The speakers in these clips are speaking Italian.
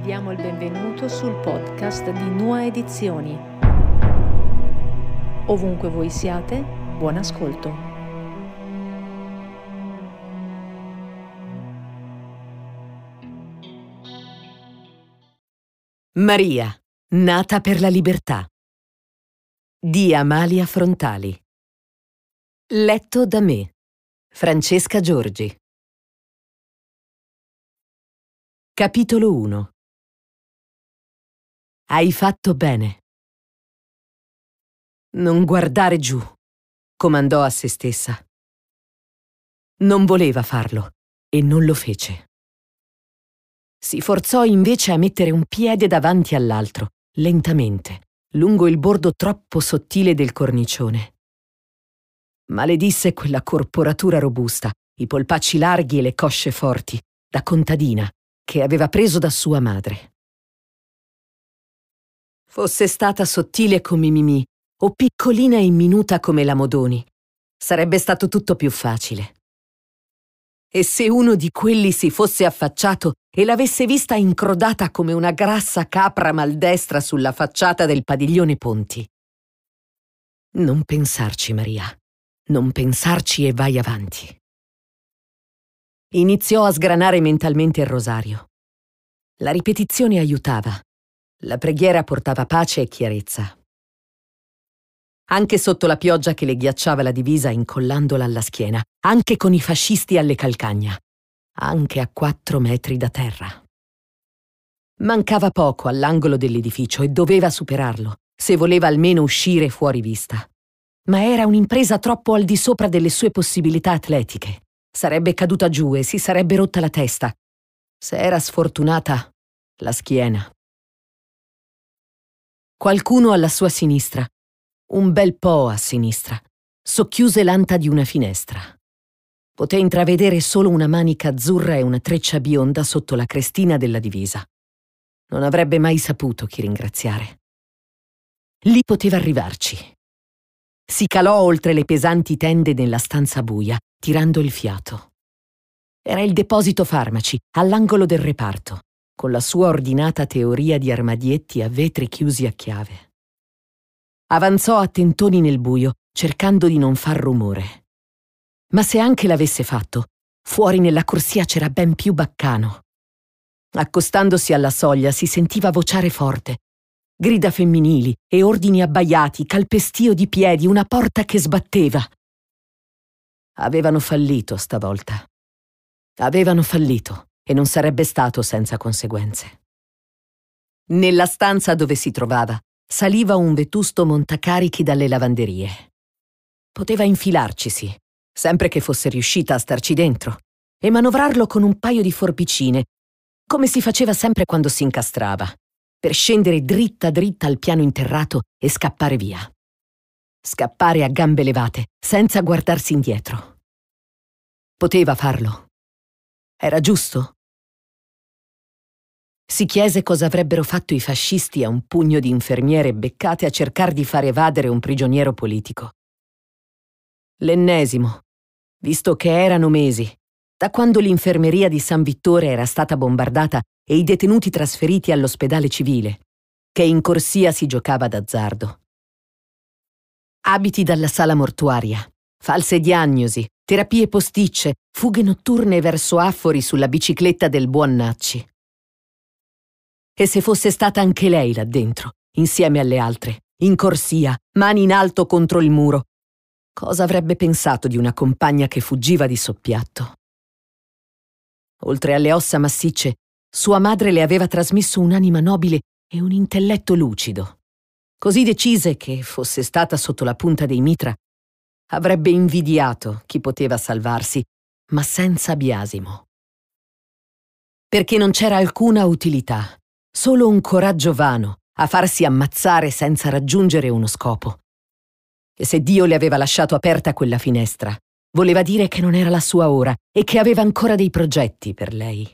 diamo il benvenuto sul podcast di Nua Edizioni. Ovunque voi siate, buon ascolto. Maria, nata per la libertà di Amalia Frontali. Letto da me, Francesca Giorgi. Capitolo 1. Hai fatto bene. Non guardare giù, comandò a se stessa. Non voleva farlo e non lo fece. Si forzò invece a mettere un piede davanti all'altro, lentamente, lungo il bordo troppo sottile del cornicione. Maledisse quella corporatura robusta, i polpacci larghi e le cosce forti, da contadina, che aveva preso da sua madre. Fosse stata sottile come Mimì o piccolina e minuta come la Modoni, sarebbe stato tutto più facile. E se uno di quelli si fosse affacciato e l'avesse vista incrodata come una grassa capra maldestra sulla facciata del padiglione Ponti? Non pensarci, Maria. Non pensarci e vai avanti. Iniziò a sgranare mentalmente il rosario. La ripetizione aiutava. La preghiera portava pace e chiarezza. Anche sotto la pioggia che le ghiacciava la divisa incollandola alla schiena, anche con i fascisti alle calcagna, anche a 4 metri da terra. Mancava poco all'angolo dell'edificio e doveva superarlo, se voleva almeno uscire fuori vista. Ma era un'impresa troppo al di sopra delle sue possibilità atletiche. Sarebbe caduta giù e si sarebbe rotta la testa. Se era sfortunata, la schiena. Qualcuno alla sua sinistra, un bel po' a sinistra, socchiuse l'anta di una finestra. Poté intravedere solo una manica azzurra e una treccia bionda sotto la crestina della divisa. Non avrebbe mai saputo chi ringraziare. Lì poteva arrivarci. Si calò oltre le pesanti tende nella stanza buia, tirando il fiato. Era il deposito farmaci, all'angolo del reparto, con la sua ordinata teoria di armadietti a vetri chiusi a chiave. Avanzò a tentoni nel buio, cercando di non far rumore. Ma se anche l'avesse fatto, fuori nella corsia c'era ben più baccano. Accostandosi alla soglia si sentiva vociare forte. Grida femminili e ordini abbaiati, calpestio di piedi, una porta che sbatteva. Avevano fallito stavolta. Avevano fallito e non sarebbe stato senza conseguenze. Nella stanza dove si trovava saliva un vetusto montacarichi dalle lavanderie. Poteva infilarcisi, sempre che fosse riuscita a starci dentro, e manovrarlo con un paio di forbicine, come si faceva sempre quando si incastrava, per scendere dritta dritta al piano interrato e scappare via. Scappare a gambe levate, senza guardarsi indietro. Poteva farlo. Era giusto? Si chiese cosa avrebbero fatto i fascisti a un pugno di infermiere beccate a cercare di far evadere un prigioniero politico. L'ennesimo, visto che erano mesi, da quando l'infermeria di San Vittore era stata bombardata e i detenuti trasferiti all'ospedale civile, che in corsia si giocava d'azzardo. Abiti dalla sala mortuaria, false diagnosi, terapie posticce, fughe notturne verso Affori sulla bicicletta del buon Nacci. E se fosse stata anche lei là dentro, insieme alle altre, in corsia, mani in alto contro il muro, cosa avrebbe pensato di una compagna che fuggiva di soppiatto? Oltre alle ossa massicce, sua madre le aveva trasmesso un'anima nobile e un intelletto lucido, così decise che, fosse stata sotto la punta dei mitra, avrebbe invidiato chi poteva salvarsi, ma senza biasimo. Perché non c'era alcuna utilità, solo un coraggio vano a farsi ammazzare senza raggiungere uno scopo. E se Dio le aveva lasciato aperta quella finestra, voleva dire che non era la sua ora e che aveva ancora dei progetti per lei.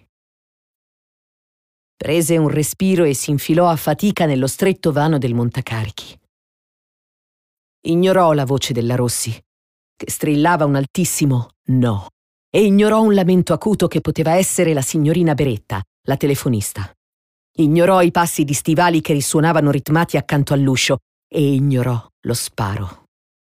Prese un respiro e si infilò a fatica nello stretto vano del montacarichi. Ignorò la voce della Rossi, che strillava un altissimo no, e ignorò un lamento acuto che poteva essere la signorina Beretta, la telefonista. Ignorò i passi di stivali che risuonavano ritmati accanto all'uscio e ignorò lo sparo.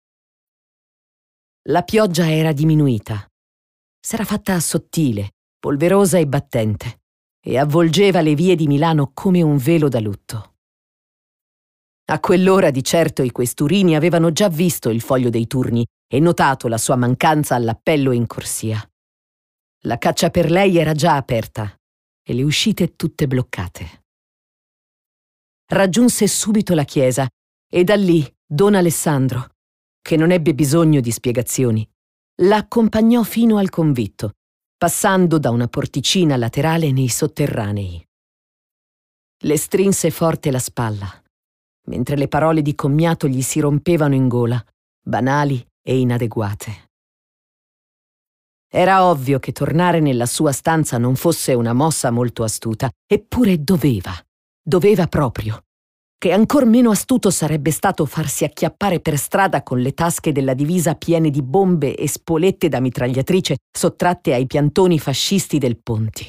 La pioggia era diminuita. S'era fatta sottile, polverosa e battente, e avvolgeva le vie di Milano come un velo da lutto. A quell'ora di certo i questurini avevano già visto il foglio dei turni e notato la sua mancanza all'appello in corsia. La caccia per lei era già aperta e le uscite tutte bloccate. Raggiunse subito la chiesa e da lì Don Alessandro, che non ebbe bisogno di spiegazioni, la accompagnò fino al convitto, passando da una porticina laterale nei sotterranei. Le strinse forte la spalla, mentre le parole di commiato gli si rompevano in gola, banali e inadeguate. Era ovvio che tornare nella sua stanza non fosse una mossa molto astuta, eppure doveva proprio. Che ancor meno astuto sarebbe stato farsi acchiappare per strada con le tasche della divisa piene di bombe e spolette da mitragliatrice sottratte ai piantoni fascisti del Ponti.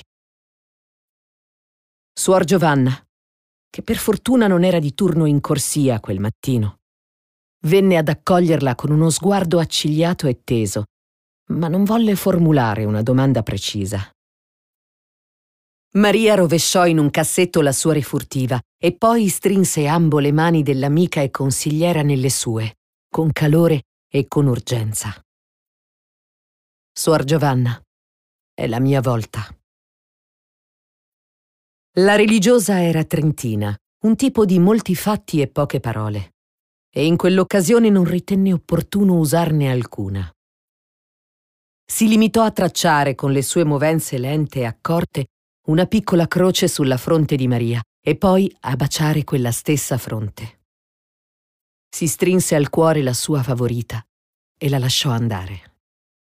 Suor Giovanna, che per fortuna non era di turno in corsia quel mattino, venne ad accoglierla con uno sguardo accigliato e teso, ma non volle formulare una domanda precisa. Maria rovesciò in un cassetto la sua rifurtiva e poi strinse ambo le mani dell'amica e consigliera nelle sue, con calore e con urgenza. Suor Giovanna, è la mia volta. La religiosa era trentina, un tipo di molti fatti e poche parole, e in quell'occasione non ritenne opportuno usarne alcuna. Si limitò a tracciare con le sue movenze lente e accorte una piccola croce sulla fronte di Maria e poi a baciare quella stessa fronte. Si strinse al cuore la sua favorita e la lasciò andare.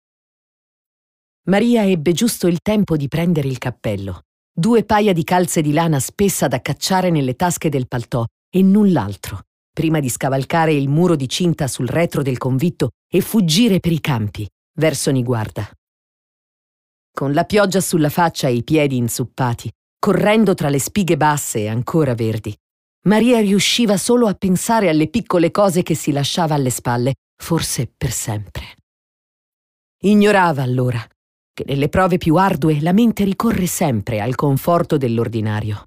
Maria ebbe giusto il tempo di prendere il cappello, 2 paia di calze di lana spessa da cacciare nelle tasche del paltò e null'altro, prima di scavalcare il muro di cinta sul retro del convitto e fuggire per i campi, verso Niguarda. Con la pioggia sulla faccia e i piedi inzuppati, correndo tra le spighe basse e ancora verdi, Maria riusciva solo a pensare alle piccole cose che si lasciava alle spalle, forse per sempre. Ignorava allora che nelle prove più ardue la mente ricorre sempre al conforto dell'ordinario.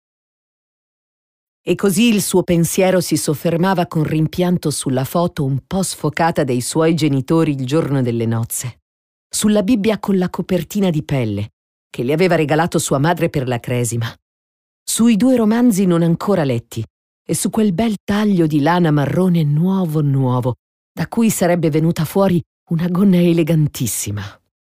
E così il suo pensiero si soffermava con rimpianto sulla foto un po' sfocata dei suoi genitori il giorno delle nozze, sulla Bibbia con la copertina di pelle che le aveva regalato sua madre per la cresima, sui 2 romanzi non ancora letti e su quel bel taglio di lana marrone nuovo, da cui sarebbe venuta fuori una gonna elegantissima.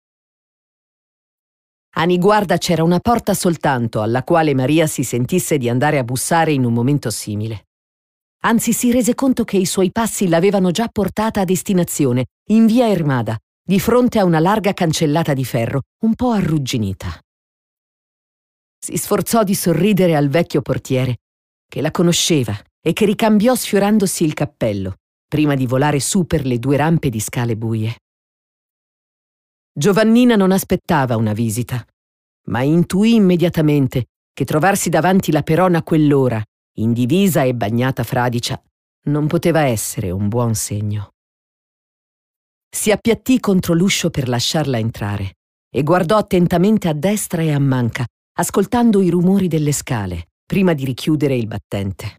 A Niguarda c'era una porta soltanto alla quale Maria si sentisse di andare a bussare in un momento simile. Anzi, si rese conto che i suoi passi l'avevano già portata a destinazione, in via Ermada, di fronte a una larga cancellata di ferro, un po' arrugginita. Si sforzò di sorridere al vecchio portiere, che la conosceva e che ricambiò sfiorandosi il cappello, prima di volare su per le 2 rampe di scale buie. Giovannina non aspettava una visita, ma intuì immediatamente che trovarsi davanti la Perona a quell'ora, in divisa e bagnata fradicia, non poteva essere un buon segno. Si appiattì contro l'uscio per lasciarla entrare e guardò attentamente a destra e a manca, ascoltando i rumori delle scale, prima di richiudere il battente.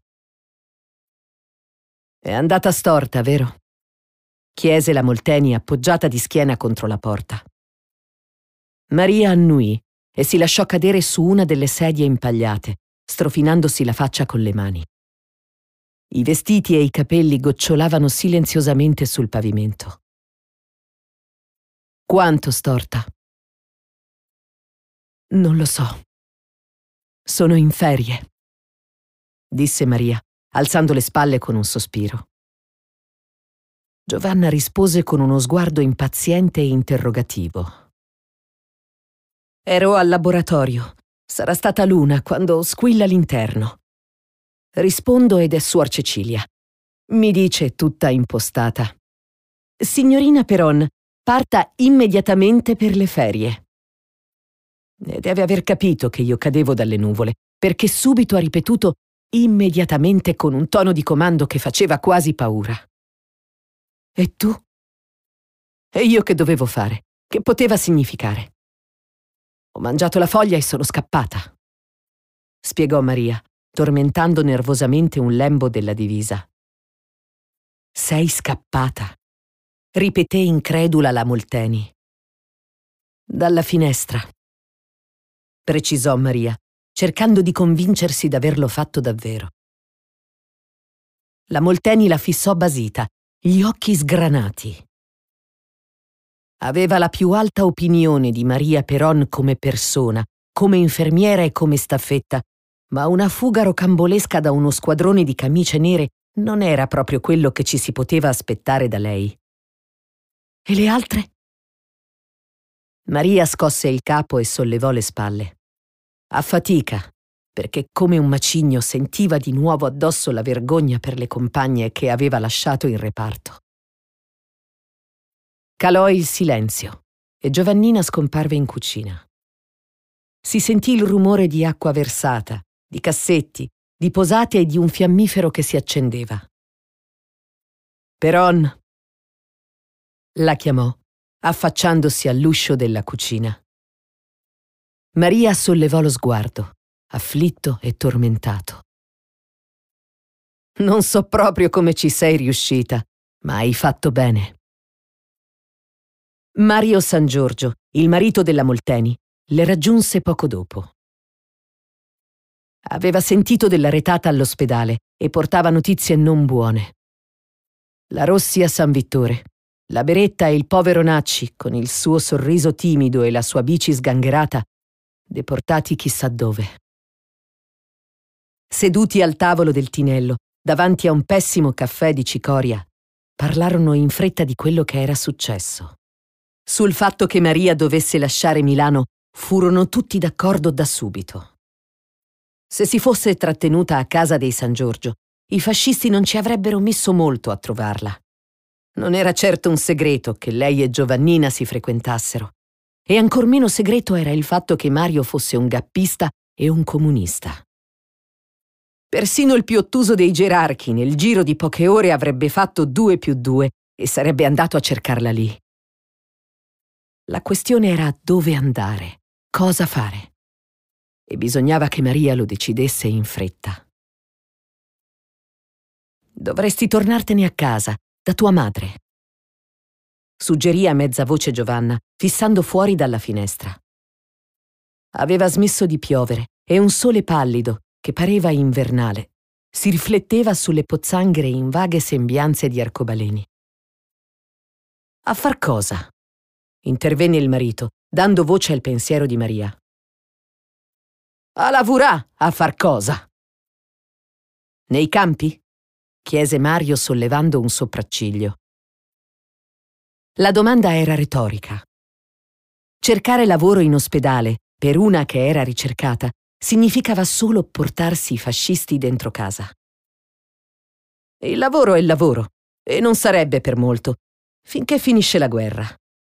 «È andata storta, vero?» chiese la Molteni appoggiata di schiena contro la porta. Maria annuì e si lasciò cadere su una delle sedie impagliate, strofinandosi la faccia con le mani. I vestiti e i capelli gocciolavano silenziosamente sul pavimento. «Quanto storta?» «Non lo so. Sono in ferie», disse Maria, alzando le spalle con un sospiro. Giovanna rispose con uno sguardo impaziente e interrogativo. «Ero al laboratorio. Sarà stata l'una quando squilla l'interno. Rispondo ed è suor Cecilia. Mi dice tutta impostata: «Signorina Peron, parta immediatamente per le ferie». E deve aver capito che io cadevo dalle nuvole, perché subito ha ripetuto immediatamente con un tono di comando che faceva quasi paura. E tu? E io che dovevo fare? Che poteva significare? Ho mangiato la foglia e sono scappata, spiegò Maria, tormentando nervosamente un lembo della divisa. Sei scappata, ripeté incredula la Molteni. Dalla finestra, precisò Maria, cercando di convincersi d'averlo fatto davvero. La Molteni la fissò basita, gli occhi sgranati. Aveva la più alta opinione di Maria Peron come persona, come infermiera e come staffetta, ma una fuga rocambolesca da uno squadrone di camicie nere non era proprio quello che ci si poteva aspettare da lei. E le altre? Maria scosse il capo e sollevò le spalle. A fatica, perché come un macigno sentiva di nuovo addosso la vergogna per le compagne che aveva lasciato in reparto. Calò il silenzio e Giovannina scomparve in cucina. Si sentì il rumore di acqua versata, di cassetti, di posate e di un fiammifero che si accendeva. Peron, la chiamò, affacciandosi all'uscio della cucina. Maria sollevò lo sguardo, afflitto e tormentato. Non so proprio come ci sei riuscita, ma hai fatto bene. Mario San Giorgio, il marito della Molteni, le raggiunse poco dopo. Aveva sentito della retata all'ospedale e portava notizie non buone. La Rossi a San Vittore, la Beretta e il povero Nacci, con il suo sorriso timido e la sua bici sgangherata, deportati chissà dove. Seduti al tavolo del tinello, davanti a un pessimo caffè di cicoria, parlarono in fretta di quello che era successo. Sul fatto che Maria dovesse lasciare Milano furono tutti d'accordo da subito. Se si fosse trattenuta a casa dei San Giorgio, i fascisti non ci avrebbero messo molto a trovarla. Non era certo un segreto che lei e Giovannina si frequentassero, e ancor meno segreto era il fatto che Mario fosse un gappista e un comunista. Persino il più ottuso dei gerarchi nel giro di poche ore avrebbe fatto 2 più 2 e sarebbe andato a cercarla lì. La questione era dove andare, cosa fare. E bisognava che Maria lo decidesse in fretta. Dovresti tornartene a casa, da tua madre, suggerì a mezza voce Giovanna, fissando fuori dalla finestra. Aveva smesso di piovere e un sole pallido, che pareva invernale, si rifletteva sulle pozzanghere in vaghe sembianze di arcobaleni. A far cosa? Intervenne il marito, dando voce al pensiero di Maria. A lavorà, a far cosa? Nei campi? Chiese Mario sollevando un sopracciglio. La domanda era retorica. Cercare lavoro in ospedale, per una che era ricercata, significava solo portarsi i fascisti dentro casa. Il lavoro è il lavoro, e non sarebbe per molto, finché finisce la guerra.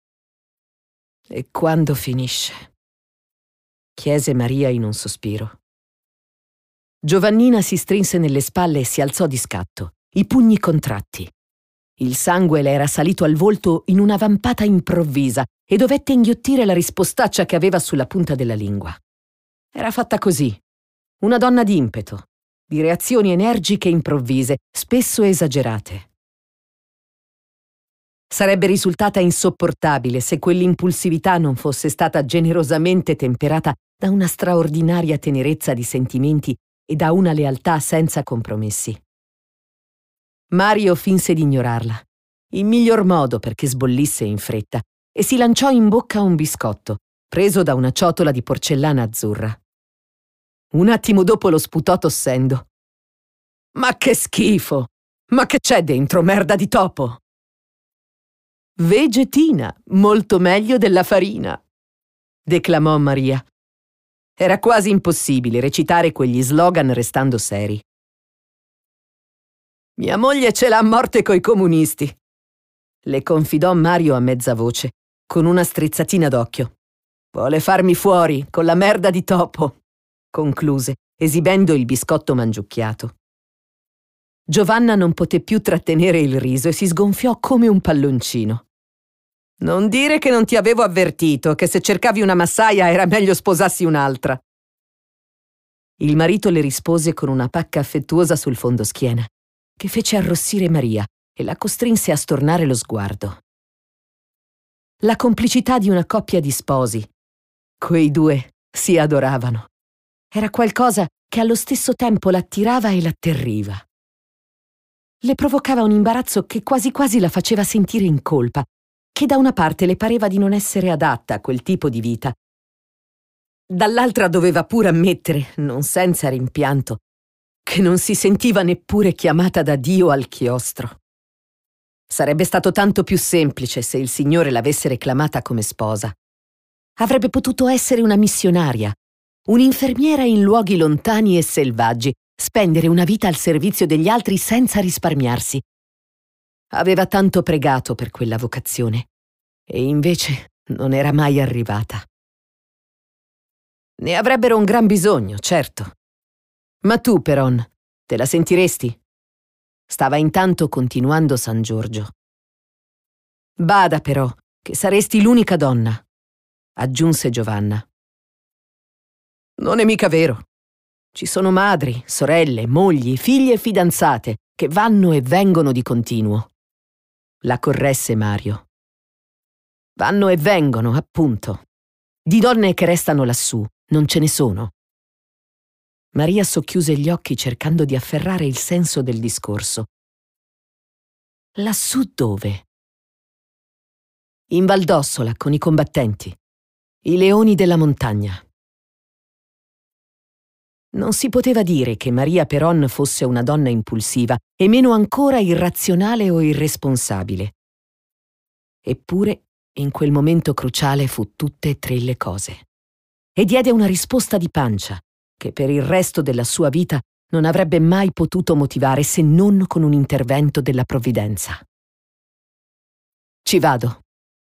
E quando finisce? Chiese Maria in un sospiro. Giovannina si strinse nelle spalle e si alzò di scatto, i pugni contratti. Il sangue le era salito al volto in una vampata improvvisa e dovette inghiottire la rispostaccia che aveva sulla punta della lingua. Era fatta così, una donna d'impeto, di reazioni energiche e improvvise, spesso esagerate. Sarebbe risultata insopportabile se quell'impulsività non fosse stata generosamente temperata da una straordinaria tenerezza di sentimenti e da una lealtà senza compromessi. Mario finse di ignorarla, il miglior modo perché sbollisse in fretta, e si lanciò in bocca un biscotto, preso da una ciotola di porcellana azzurra. Un attimo dopo lo sputò tossendo. «Ma che schifo! Ma che c'è dentro, merda di topo?» «Vegetina, molto meglio della farina», declamò Maria. Era quasi impossibile recitare quegli slogan restando seri. «Mia moglie ce l'ha a morte coi comunisti», le confidò Mario a mezza voce, con una strizzatina d'occhio. «Vuole farmi fuori con la merda di topo», concluse, esibendo il biscotto mangiucchiato. Giovanna non poté più trattenere il riso e si sgonfiò come un palloncino. «Non dire che non ti avevo avvertito, che se cercavi una massaia era meglio sposassi un'altra». Il marito le rispose con una pacca affettuosa sul fondoschiena, che fece arrossire Maria e la costrinse a stornare lo sguardo. La complicità di una coppia di sposi. Quei due si adoravano. Era qualcosa che allo stesso tempo l'attirava e l'atterriva. Le provocava un imbarazzo che quasi quasi la faceva sentire in colpa, che da una parte le pareva di non essere adatta a quel tipo di vita. Dall'altra doveva pure ammettere, non senza rimpianto, che non si sentiva neppure chiamata da Dio al chiostro. Sarebbe stato tanto più semplice se il Signore l'avesse reclamata come sposa. Avrebbe potuto essere una missionaria, un'infermiera in luoghi lontani e selvaggi, spendere una vita al servizio degli altri senza risparmiarsi. Aveva tanto pregato per quella vocazione e invece non era mai arrivata. Ne avrebbero un gran bisogno, certo. Ma tu, Peron, te la sentiresti? Stava intanto continuando San Giorgio. Bada però, che saresti l'unica donna, aggiunse Giovanna. Non è mica vero. Ci sono madri, sorelle, mogli, figlie e fidanzate che vanno e vengono di continuo. La corresse Mario. Vanno e vengono, appunto. Di donne che restano lassù, non ce ne sono. Maria socchiuse gli occhi cercando di afferrare il senso del discorso. Lassù dove? In Valdossola, con i combattenti. I leoni della montagna. Non si poteva dire che Maria Peron fosse una donna impulsiva e meno ancora irrazionale o irresponsabile. Eppure, in quel momento cruciale fu tutte e tre le cose. E diede una risposta di pancia, che per il resto della sua vita non avrebbe mai potuto motivare se non con un intervento della provvidenza. Ci vado.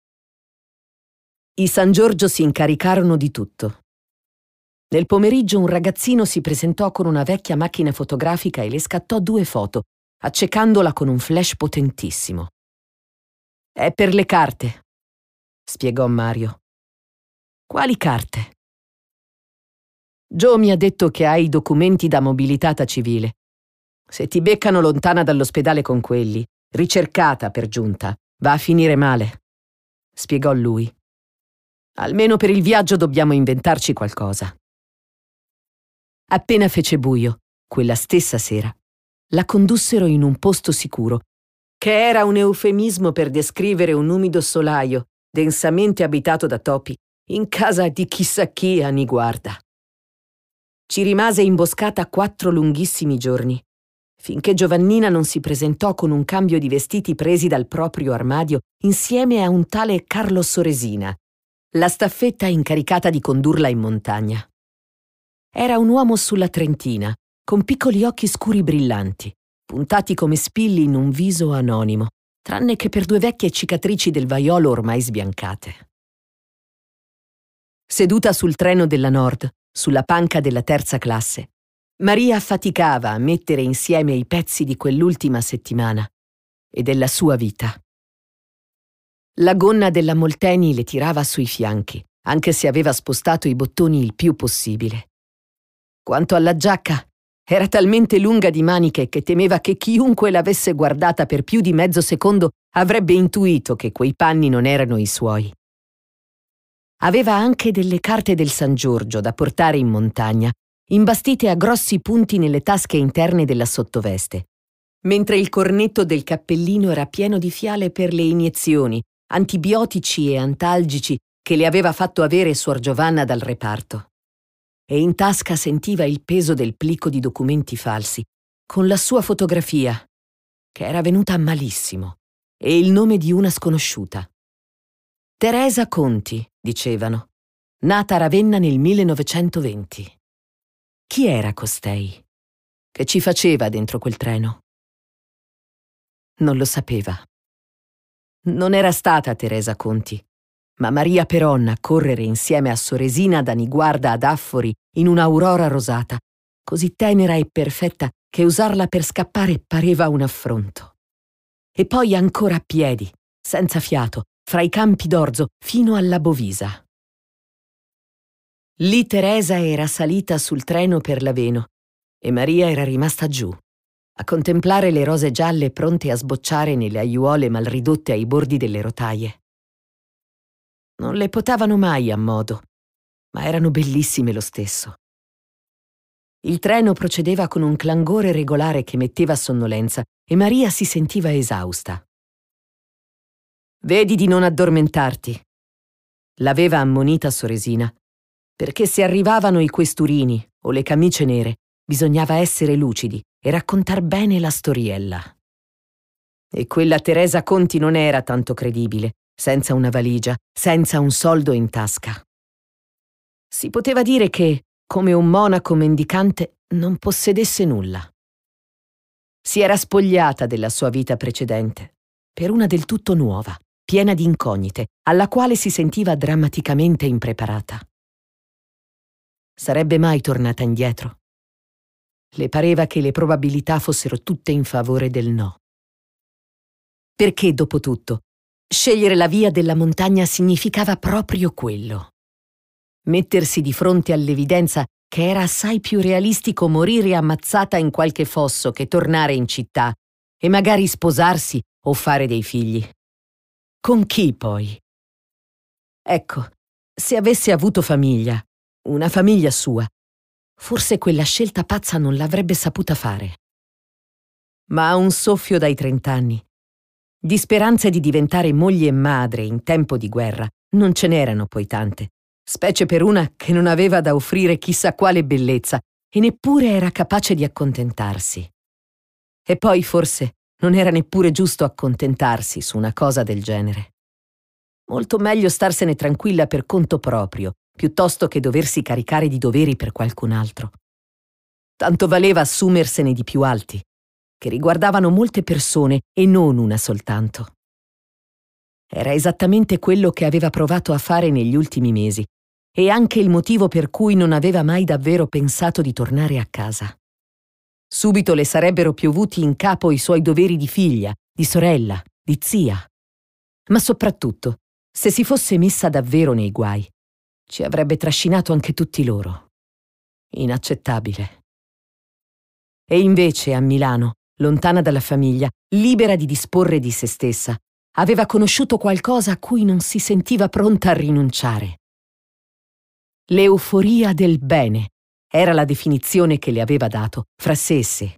I San Giorgio si incaricarono di tutto. Nel pomeriggio un ragazzino si presentò con una vecchia macchina fotografica e le scattò 2 foto, accecandola con un flash potentissimo. «È per le carte», spiegò Mario. «Quali carte?» «Joe mi ha detto che hai i documenti da mobilitata civile. Se ti beccano lontana dall'ospedale con quelli, ricercata per giunta, va a finire male», spiegò lui. «Almeno per il viaggio dobbiamo inventarci qualcosa». Appena fece buio, quella stessa sera, la condussero in un posto sicuro, che era un eufemismo per descrivere un umido solaio, densamente abitato da topi, in casa di chissà chi a Niguarda. Ci rimase imboscata 4 lunghissimi giorni, finché Giovannina non si presentò con un cambio di vestiti presi dal proprio armadio insieme a un tale Carlo Soresina, la staffetta incaricata di condurla in montagna. Era un uomo sulla trentina, con piccoli occhi scuri brillanti, puntati come spilli in un viso anonimo, tranne che per 2 vecchie cicatrici del vaiolo ormai sbiancate. Seduta sul treno della Nord, sulla panca della 3ª classe, Maria faticava a mettere insieme i pezzi di quell'ultima settimana e della sua vita. La gonna della Molteni le tirava sui fianchi, anche se aveva spostato i bottoni il più possibile. Quanto alla giacca, era talmente lunga di maniche che temeva che chiunque l'avesse guardata per più di mezzo secondo avrebbe intuito che quei panni non erano i suoi. Aveva anche delle carte del San Giorgio da portare in montagna, imbastite a grossi punti nelle tasche interne della sottoveste, mentre il cornetto del cappellino era pieno di fiale per le iniezioni, antibiotici e antalgici che le aveva fatto avere Suor Giovanna dal reparto. E in tasca sentiva il peso del plico di documenti falsi, con la sua fotografia, che era venuta malissimo, e il nome di una sconosciuta. Teresa Conti, dicevano, nata a Ravenna nel 1920. Chi era costei? Che ci faceva dentro quel treno? Non lo sapeva. Non era stata Teresa Conti, ma Maria Peron a correre insieme a Soresina da Niguarda ad Affori in un'aurora rosata così tenera e perfetta che usarla per scappare pareva un affronto. E poi ancora a piedi, senza fiato, fra i campi d'orzo fino alla Bovisa. Lì Teresa era salita sul treno per l'Aveno e Maria era rimasta giù, a contemplare le rose gialle pronte a sbocciare nelle aiuole mal ridotte ai bordi delle rotaie. Non le potavano mai a modo, ma erano bellissime lo stesso. Il treno procedeva con un clangore regolare che metteva sonnolenza e Maria si sentiva esausta. «Vedi di non addormentarti», l'aveva ammonita Soresina, perché se arrivavano i questurini o le camicie nere bisognava essere lucidi e raccontar bene la storiella. E quella Teresa Conti non era tanto credibile, senza una valigia, senza un soldo in tasca. Si poteva dire che, come un monaco mendicante, non possedesse nulla. Si era spogliata della sua vita precedente per una del tutto nuova, piena di incognite, alla quale si sentiva drammaticamente impreparata. Sarebbe mai tornata indietro? Le pareva che le probabilità fossero tutte in favore del no. Perché, dopo tutto, scegliere la via della montagna significava proprio quello. Mettersi di fronte all'evidenza che era assai più realistico morire ammazzata in qualche fosso che tornare in città e magari sposarsi o fare dei figli. Con chi, poi? Ecco, se avesse avuto famiglia, una famiglia sua, forse quella scelta pazza non l'avrebbe saputa fare. Ma a un soffio dai 30 anni, di speranze di diventare moglie e madre in tempo di guerra, non ce n'erano poi tante, specie per una che non aveva da offrire chissà quale bellezza e neppure era capace di accontentarsi. E poi forse non era neppure giusto accontentarsi su una cosa del genere. Molto meglio starsene tranquilla per conto proprio, piuttosto che doversi caricare di doveri per qualcun altro. Tanto valeva assumersene di più alti, che riguardavano molte persone e non una soltanto. Era esattamente quello che aveva provato a fare negli ultimi mesi e anche il motivo per cui non aveva mai davvero pensato di tornare a casa. Subito le sarebbero piovuti in capo i suoi doveri di figlia, di sorella, di zia. Ma soprattutto, se si fosse messa davvero nei guai, ci avrebbe trascinato anche tutti loro. Inaccettabile. E invece a Milano, lontana dalla famiglia, libera di disporre di se stessa, aveva conosciuto qualcosa a cui non si sentiva pronta a rinunciare. L'euforia del bene era la definizione che le aveva dato fra sé e sé.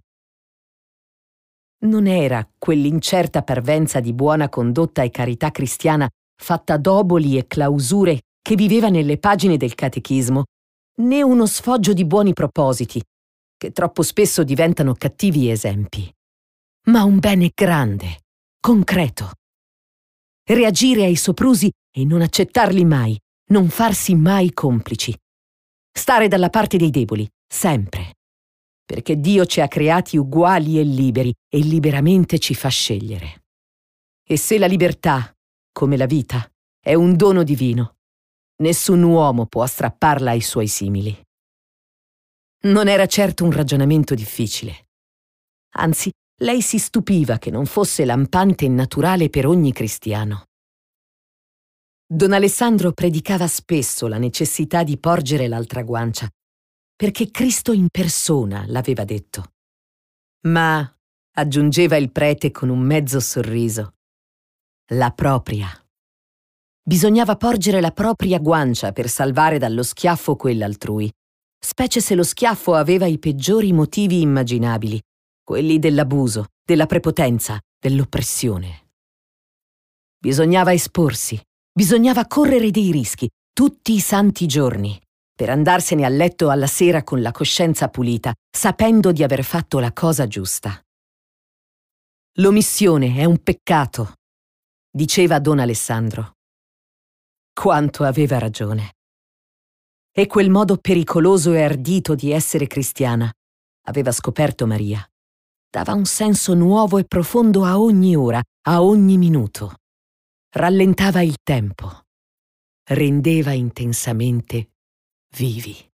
Non era quell'incerta parvenza di buona condotta e carità cristiana fatta d'oboli e clausure che viveva nelle pagine del catechismo, né uno sfoggio di buoni propositi, che troppo spesso diventano cattivi esempi, ma un bene grande, concreto. Reagire ai soprusi e non accettarli mai, non farsi mai complici. Stare dalla parte dei deboli, sempre. Perché Dio ci ha creati uguali e liberi e liberamente ci fa scegliere. E se la libertà, come la vita, è un dono divino, nessun uomo può strapparla ai suoi simili. Non era certo un ragionamento difficile. Anzi, lei si stupiva che non fosse lampante e naturale per ogni cristiano. Don Alessandro predicava spesso la necessità di porgere l'altra guancia, perché Cristo in persona l'aveva detto. Ma, aggiungeva il prete con un mezzo sorriso, la propria. Bisognava porgere la propria guancia per salvare dallo schiaffo quell'altrui, specie se lo schiaffo aveva i peggiori motivi immaginabili, quelli dell'abuso, della prepotenza, dell'oppressione. Bisognava esporsi, bisognava correre dei rischi, tutti i santi giorni, per andarsene a letto alla sera con la coscienza pulita, sapendo di aver fatto la cosa giusta. L'omissione è un peccato, diceva Don Alessandro. Quanto aveva ragione. E quel modo pericoloso e ardito di essere cristiana, aveva scoperto Maria, dava un senso nuovo e profondo a ogni ora, a ogni minuto. Rallentava il tempo, rendeva intensamente vivi.